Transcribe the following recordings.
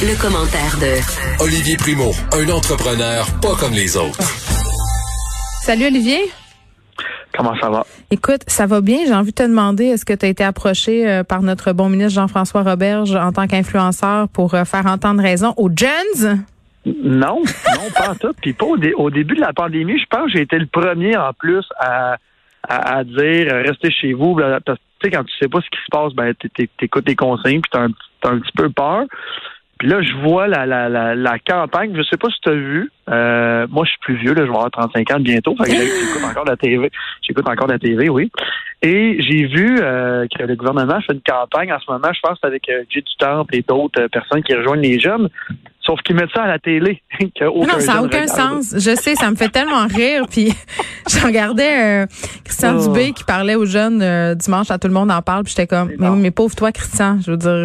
Le commentaire de Olivier Primo, un entrepreneur pas comme les autres. Salut Olivier. Comment ça va? Écoute, ça va bien. J'ai envie de te demander, est-ce que tu as été approché par notre bon ministre Jean-François Roberge en tant qu'influenceur pour faire entendre raison aux jeunes? Non, pas en tout. Puis pas au début de la pandémie, je pense que j'ai été le premier en plus à dire restez chez vous. Parce que tu sais, quand tu sais pas ce qui se passe, ben t'écoutes les consignes puis t'as un petit peu peur. Puis là, je vois la campagne. Je sais pas si tu as vu. Moi, je suis plus vieux, là, je vais avoir 35 ans bientôt. Fait que j'écoute encore la TV. J'écoute encore la TV, oui. Et j'ai vu que le gouvernement fait une campagne en ce moment, je pense, avec Jay du Temple et d'autres personnes qui rejoignent les jeunes. Sauf qu'ils mettent ça à la télé. Non, ça n'a aucun sens. Je sais, ça me fait tellement rire. Puis je regardais Christian Dubé qui parlait aux jeunes dimanche à Tout le monde en parle. Puis j'étais comme, mais pauvre toi, Christian. Je veux dire...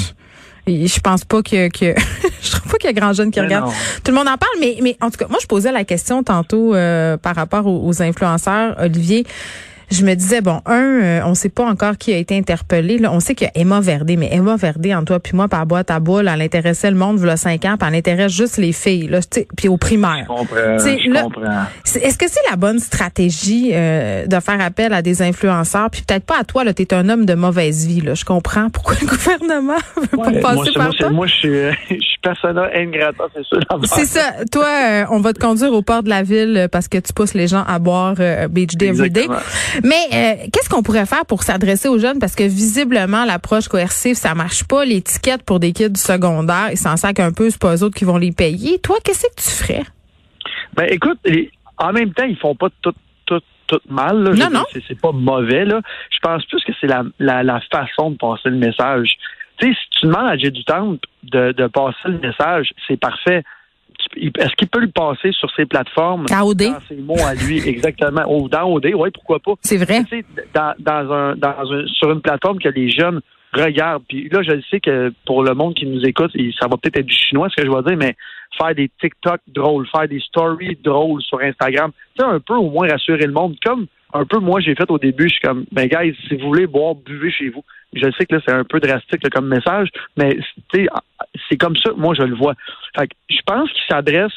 Je pense pas que je trouve pas qu'il y a grand jeune qui regarde. Tout le monde en parle, mais en tout cas, moi je posais la question tantôt par rapport aux influenceurs, Olivier. Je me disais, bon, on sait pas encore qui a été interpellé. Là, on sait qu'il y a Emma Verdé, mais Emma Verdé, entre toi puis moi, par boîte à boule, elle intéressait le monde il y a 5 ans, puis elle intéresse juste les filles, là, puis aux primaires. Je comprends. Est-ce que c'est la bonne stratégie de faire appel à des influenceurs? Puis peut-être pas à toi, là, t'es un homme de mauvaise vie, là. Je comprends pourquoi le gouvernement veut pas passer par toi. Moi, je suis persona ingrata, c'est ça. C'est ça. Toi, on va te conduire au port de la ville parce que tu pousses les gens à boire Beach Day Everyday. Mais qu'est-ce qu'on pourrait faire pour s'adresser aux jeunes? Parce que visiblement, l'approche coercive, ça marche pas. L'étiquette pour des kids du secondaire, ils s'en sacent un peu, c'est pas eux autres qui vont les payer. Toi, qu'est-ce que tu ferais? Ben écoute, en même temps, ils font pas tout mal. Là. Non. C'est pas mauvais. Là. Je pense plus que c'est la façon de passer le message. Tu sais, si tu demandes à Jay du Temple de passer le message, c'est parfait. Est-ce qu'il peut le passer sur ses plateformes? À OD. Dans ses mots à lui, exactement. Ou dans OD, oui, pourquoi pas. C'est vrai. Tu sais, sur une plateforme que les jeunes regardent. Puis là, je sais que pour le monde qui nous écoute, ça va peut-être être du chinois, ce que je vais dire, mais faire des TikTok drôles, faire des stories drôles sur Instagram, tu sais, un peu au moins rassurer le monde. Comme un peu moi j'ai fait au début, je suis comme, ben guys, si vous voulez boire, buvez chez vous. Je sais que là, c'est un peu drastique là, comme message, mais tu sais, c'est comme ça que moi je le vois. Fait que je pense qu'il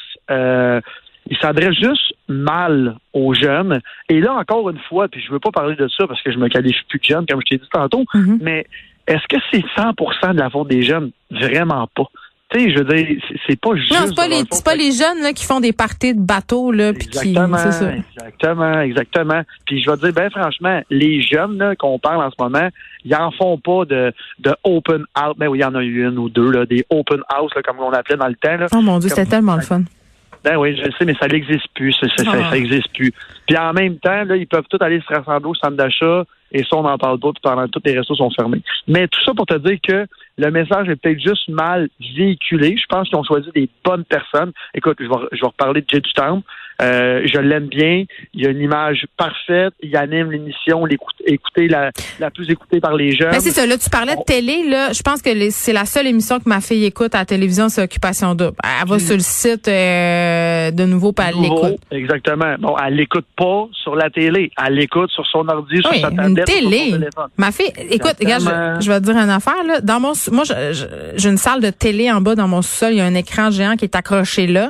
s'adresse juste mal aux jeunes. Et là, encore une fois, puis je veux pas parler de ça parce que je me qualifie plus de jeune, comme je t'ai dit tantôt, mais est-ce que c'est 100% de la faute des jeunes? Vraiment pas. Tu sais, je veux dire, c'est pas juste... Non, c'est pas les jeunes là, qui font des parties de bateau, là, puis qui... C'est ça. Exactement. Puis je vais te dire, ben franchement, les jeunes là, qu'on parle en ce moment, ils en font pas de open house. Ben oui, il y en a eu une ou deux, là, des open house, là, comme on appelait dans le temps. Là. Oh mon Dieu, c'était tellement le fun. Ben oui, je sais, mais ça n'existe plus. Ça existe plus. Puis en même temps, là, ils peuvent tous aller se rassembler au centre d'achat et ça, on n'en parle pas, puis pendant tous les restos sont fermés. Mais tout ça pour te dire que le message est peut-être juste mal véhiculé. Je pense qu'ils ont choisi des bonnes personnes. Écoute, je vais reparler de Jay du Temple. Je l'aime bien. Il a une image parfaite. Il anime l'émission, écoutée la plus écoutée par les jeunes. Ben c'est ça. Là, tu parlais de télé. Là, je pense que c'est la seule émission que ma fille écoute à la télévision, c'est Occupation Double. Elle va sur le site de nouveau, puis elle l'écoute. Exactement. Bon, elle l'écoute pas sur la télé. Elle l'écoute sur son ordi, sur sa tablette, sur son téléphone. Ma fille, écoute, regarde, je vais te dire une affaire. Là. Moi, j'ai une salle de télé en bas dans mon sous-sol. Il y a un écran géant qui est accroché là.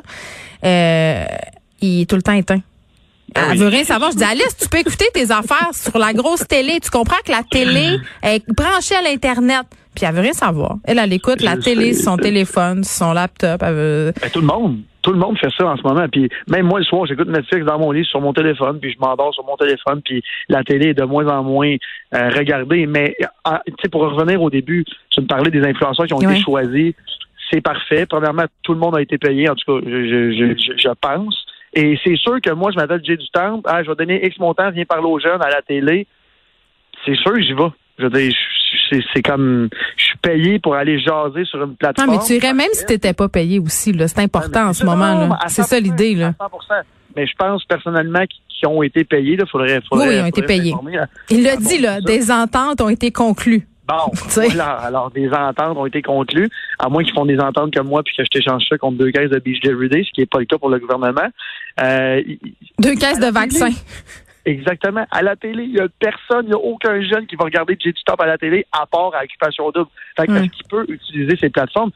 Il est tout le temps éteint. Elle veut rien savoir. Je dis, Alice, tu peux écouter tes affaires sur la grosse télé. Tu comprends que la télé est branchée à l'Internet. Puis elle veut rien savoir. Elle écoute la télé sur son téléphone, sur son laptop. Tout le monde fait ça en ce moment. Puis même moi, le soir, j'écoute Netflix dans mon lit sur mon téléphone, puis je m'endors sur mon téléphone, puis la télé est de moins en moins regardée. Mais tu sais, pour revenir au début, tu me parlais des influenceurs qui ont été choisis. C'est parfait. Premièrement, tout le monde a été payé. En tout cas, je pense. Et c'est sûr que moi, je m'appelle Jay du Temple. Je vais donner X montant, viens parler aux jeunes à la télé. C'est sûr que j'y vais. Je veux dire, c'est comme, je suis payé pour aller jaser sur une plateforme. Non, mais tu irais même si t'étais pas payé aussi, là. C'est important en ce moment, là. C'est ça l'idée, là. 100%. Mais je pense personnellement qu'ils ont été payés, là. Oui, ils ont été payés. Il l'a dit, là. Des ententes ont été conclues. Bon, voilà. Alors, des ententes ont été conclues, à moins qu'ils font des ententes comme moi puis que je t'échange ça contre 2 caisses de Beach Day Everyday, ce qui n'est pas le cas pour le gouvernement. 2 caisses de vaccins. Exactement. À la télé, il n'y a personne, il n'y a aucun jeune qui va regarder Jay du Temple à la télé, à part à Occupation Double. Fait que est-ce qu'il peut utiliser ces plateformes?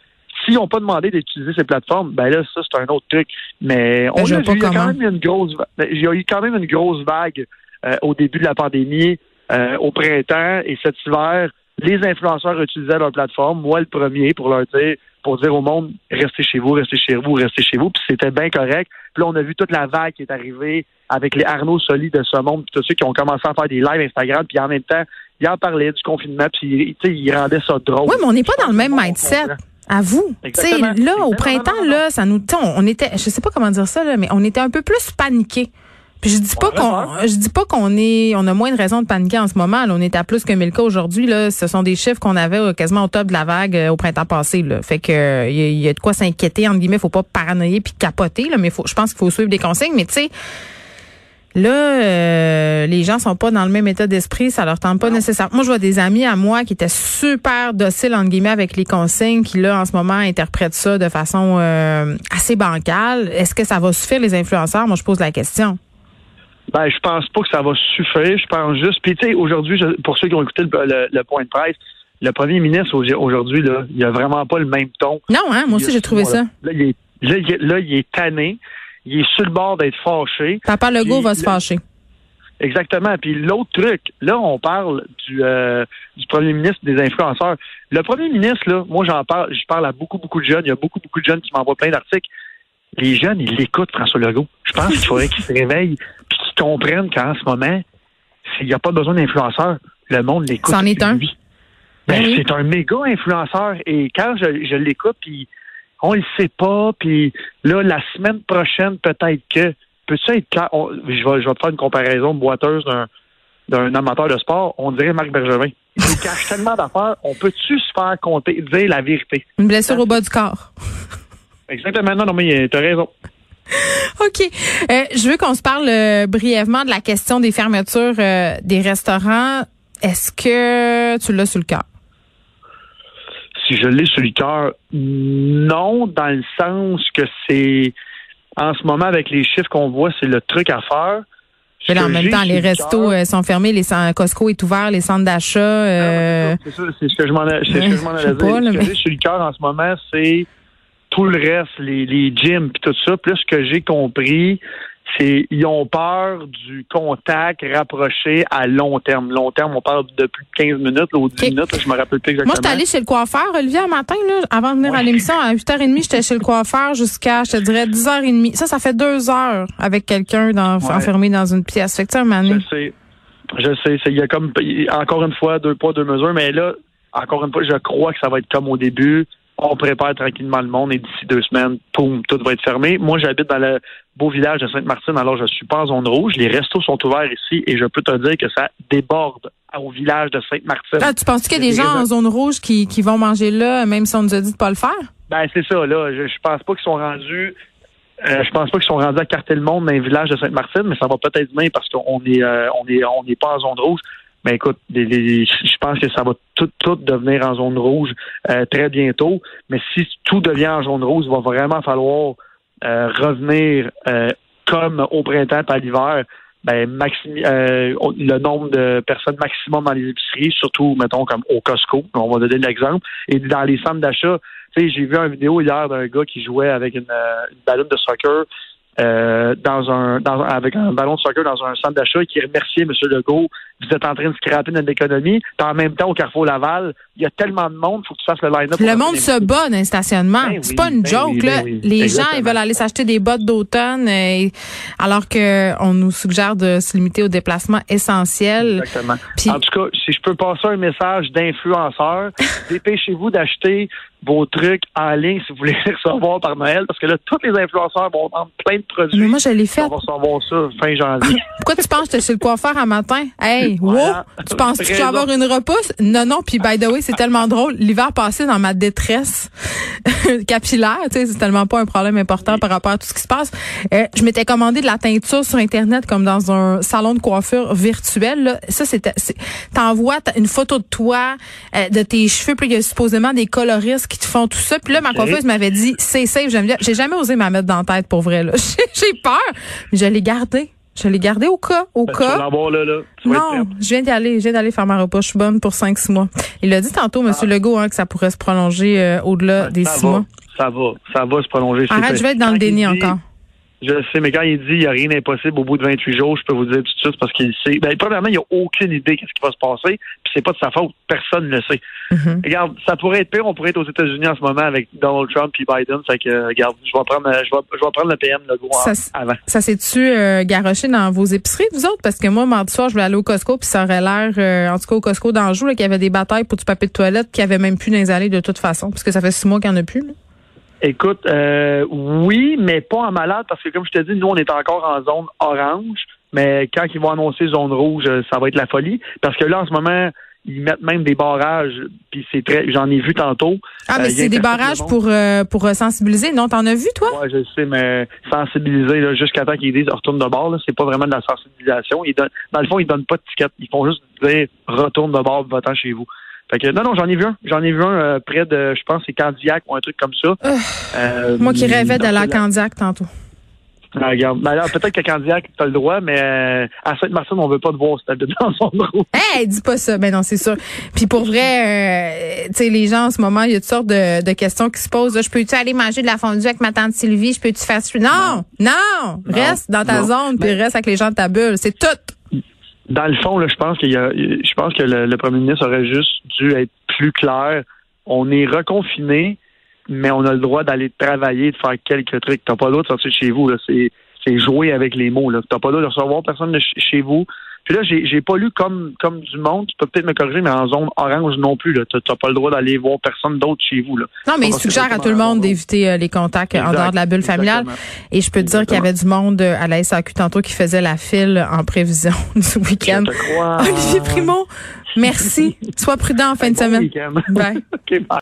S'ils n'ont pas demandé d'utiliser ces plateformes, ben là, ça, c'est un autre truc. Mais on a vu, il y a quand même eu quand même une grosse vague au début de la pandémie, au printemps, et cet hiver, les influenceurs utilisaient leur plateforme, moi le premier, pour dire au monde, restez chez vous, restez chez vous, restez chez vous, puis c'était bien correct. Puis là, on a vu toute la vague qui est arrivée avec les Arnaud Soli de ce monde, puis tous ceux qui ont commencé à faire des lives Instagram, puis en même temps, ils en parlaient du confinement, puis ils rendaient ça drôle. Oui, mais on n'est pas dans le même mindset. À vous. Là, au printemps, là, ça nous, on était, je sais pas comment dire ça, là, mais on était un peu plus paniqués. Puis je dis pas on a moins de raisons de paniquer en ce moment. Là, on est à plus que 1000 cas aujourd'hui. Là, ce sont des chiffres qu'on avait quasiment au top de la vague au printemps passé. Là. Fait que il y a de quoi s'inquiéter, entre guillemets. Faut pas paranoïer puis capoter. Là, mais je pense qu'il faut suivre des consignes. Mais tu sais, là, les gens sont pas dans le même état d'esprit. Ça leur tente pas nécessairement. Moi, je vois des amis à moi qui étaient super dociles, entre guillemets, avec les consignes, qui là, en ce moment, interprètent ça de façon assez bancale. Est-ce que ça va suffire, les influenceurs? Moi, je pose la question. Ben, je pense pas que ça va suffire. Je pense juste. Puis, tu sais, aujourd'hui, pour ceux qui ont écouté le point de presse, le premier ministre aujourd'hui, là, il a vraiment pas le même ton. Non, hein? Moi aussi, j'ai trouvé ça. Là, il est tanné. Il est sur le bord d'être fâché. Papa Legault va se fâcher. Exactement. Puis l'autre truc, là, on parle du premier ministre des influenceurs. Le premier ministre, là, moi, je parle à beaucoup de jeunes. Il y a beaucoup de jeunes qui m'envoient plein d'articles. Les jeunes, ils l'écoutent, François Legault. Je pense qu'il faudrait qu'ils se réveillent puis qu'ils comprennent qu'en ce moment, il n'y a pas besoin d'influenceurs. Le monde l'écoute. C'en est un. Lui. Ben, oui. C'est un méga influenceur. Et quand je l'écoute, puis on le sait pas, puis là, la semaine prochaine, peut-être que... Peux-tu être clair? Je vais te faire une comparaison boiteuse d'un amateur de sport. On dirait Marc Bergevin. Il nous cache tellement d'affaires. On peut-tu se faire compter, dire la vérité? Une blessure au bas du corps. Exactement. Non, mais t'as raison. OK. Je veux qu'on se parle brièvement de la question des fermetures des restaurants. Est-ce que tu l'as sur le cœur? Si je l'ai sur le cœur, non, dans le sens que c'est... En ce moment, avec les chiffres qu'on voit, c'est le truc à faire. Mais là, en même temps, les restos sont fermés, Costco est ouvert, les centres d'achat... C'est ça, c'est ce que je m'en allais dire. Ce que j'ai sur le cœur en ce moment, c'est tout le reste, les gyms et tout ça. Plus ce que j'ai compris, c'est ils ont peur du contact rapproché à long terme. Long terme, on parle de plus de 15 minutes ou 10 minutes. Là, je me rappelle plus exactement. Moi, j'étais allée chez le coiffeur, Olivier, un matin, là, avant de venir à l'émission, à 8h30, j'étais chez le coiffeur jusqu'à, je te dirais, 10h30. Ça fait 2 heures avec quelqu'un enfermé dans une pièce. Fait que tu sais, Manu. Je sais. Il y a comme, encore une fois, 2 poids, 2 mesures. Mais là, encore une fois, je crois que ça va être comme au début. On prépare tranquillement le monde et d'ici 2 semaines, poum, tout va être fermé. Moi, j'habite dans le beau village de Sainte-Martine, alors je suis pas en zone rouge. Les restos sont ouverts ici et je peux te dire que ça déborde au village de Sainte-Martine. Ah, tu penses qu'il y a des gens en zone rouge qui vont manger là, même si on nous a dit de pas le faire? Ben, c'est ça, là. Je pense pas qu'ils sont rendus... je pense pas qu'ils sont rendus à carter le monde dans le village de Sainte-Martine, mais ça va peut-être bien parce qu'on est pas en zone rouge. Ben écoute, je pense que ça va tout devenir en zone rouge très bientôt. Mais si tout devient en zone rouge, il va vraiment falloir revenir comme au printemps et à l'hiver. Ben le nombre de personnes maximum dans les épiceries, surtout mettons comme au Costco, on va donner l'exemple, et dans les centres d'achat. Tu sais, j'ai vu une vidéo hier d'un gars qui jouait avec une balle de soccer. Avec un ballon de soccer dans un centre d'achat et qui remerciait M. Legault. Vous êtes en train de scraper notre économie. Puis en même temps, au Carrefour Laval, il y a tellement de monde, il faut que tu fasses le line-up. Le monde se bat dans le stationnement. C'est pas une joke, là. Les gens, ils veulent aller s'acheter des bottes d'automne, alors qu'on nous suggère de se limiter aux déplacements essentiels. Exactement. Puis, en tout cas, si je peux passer un message d'influenceur, dépêchez-vous d'acheter vos trucs en ligne si vous voulez les recevoir par Noël, parce que là, tous les influenceurs vont vendre plein de produits. Mais moi, je l'ai fait. On va recevoir ça fin janvier. Pourquoi tu penses que j'étais chez le coiffeur un matin? Hey, voilà. Wow! Tu penses que tu vas avoir une repousse? Non, puis by the way, c'est tellement drôle. L'hiver passé, dans ma détresse capillaire, tu sais, c'est tellement pas un problème important par rapport à tout ce qui se passe. Je m'étais commandé de la teinture sur Internet comme dans un salon de coiffure virtuel. Là. Ça, t'envoies une photo de toi, de tes cheveux, puis il y a supposément des coloristes qui te font tout ça. Puis là, ma coiffeuse m'avait dit, c'est safe, j'aime bien. J'ai jamais osé m'en mettre dans la tête pour vrai. Là. J'ai peur, mais je l'ai gardé. Je l'ai gardé au cas. Tu vas l'avoir là. Tu vas être Non, prête. je viens d'aller faire ma repas. Je suis bonne pour 5-6 mois. Il a dit tantôt, M. Legault, que ça pourrait se prolonger au-delà des 6 mois. Ça va se prolonger. Arrête, je vais être dans le déni encore. Je sais, mais quand il dit il n'y a rien d'impossible au bout de 28 jours, je peux vous dire tout de suite parce qu'il sait. Ben, premièrement, il n'y a aucune idée de ce qui va se passer, puis c'est pas de sa faute. Personne ne le sait. Mm-hmm. Regarde, ça pourrait être pire. On pourrait être aux États-Unis en ce moment avec Donald Trump et Biden. Fait que, regarde, je vais prendre le PM Legault avant. Ça s'est-tu garoché dans vos épiceries, vous autres? Parce que moi, mardi soir, je voulais aller au Costco, puis ça aurait l'air, en tout cas au Costco d'Anjou, qu'il y avait des batailles pour du papier de toilette, qu'il n'y avait même plus dans les allées de toute façon, parce que ça fait 6 mois qu'il n'y en a plus. Là. Écoute, oui, mais pas en malade, parce que comme je te dis, nous, on est encore en zone orange, mais quand ils vont annoncer zone rouge, ça va être la folie. Parce que là, en ce moment, ils mettent même des barrages, puis j'en ai vu tantôt. Ah, mais c'est des barrages pour sensibiliser. Non, t'en as vu, toi? Oui, je sais, mais sensibiliser, là, jusqu'à temps qu'ils disent retourne de bord, là, c'est pas vraiment de la sensibilisation. Dans le fond, ils donnent pas de ticket. Ils font juste dire retourne de bord, va-t'en chez vous. Fait que, non, j'en ai vu un près de, je pense, c'est Candiac ou un truc comme ça. Moi qui rêvais d'aller à Candiac tantôt. Regarde, ben alors, peut-être qu'à Candiac, t'as le droit, mais à Sainte-Martine, on veut pas te voir si t'habites dans son groupe. Hey, dis pas ça. Ben non, c'est sûr. Puis pour vrai, tu sais, les gens, en ce moment, il y a toutes sortes de questions qui se posent. Là, je peux-tu aller manger de la fondue avec ma tante Sylvie? Je peux-tu faire ça? Non! Reste dans ta zone, puis reste avec les gens de ta bulle. C'est tout! Dans le fond, là, je pense que le premier ministre aurait juste dû être plus clair. On est reconfiné, mais on a le droit d'aller travailler, de faire quelques trucs. T'as pas le droit de sortir de chez vous, là. C'est jouer avec les mots, là. T'as pas le droit de recevoir personne de chez vous. Puis là, j'ai pas lu comme du monde, tu peux peut-être me corriger, mais en zone orange non plus, là. T'as pas le droit d'aller voir personne d'autre chez vous, là. Non, mais il suggère à tout le monde d'éviter les contacts en dehors de la bulle familiale. Et je peux te dire qu'il y avait du monde à la SAQ tantôt qui faisait la file en prévision du week-end. Je te crois. Olivier Primo, merci. Sois prudent en fin de semaine. Week-end. Bye. OK, bye.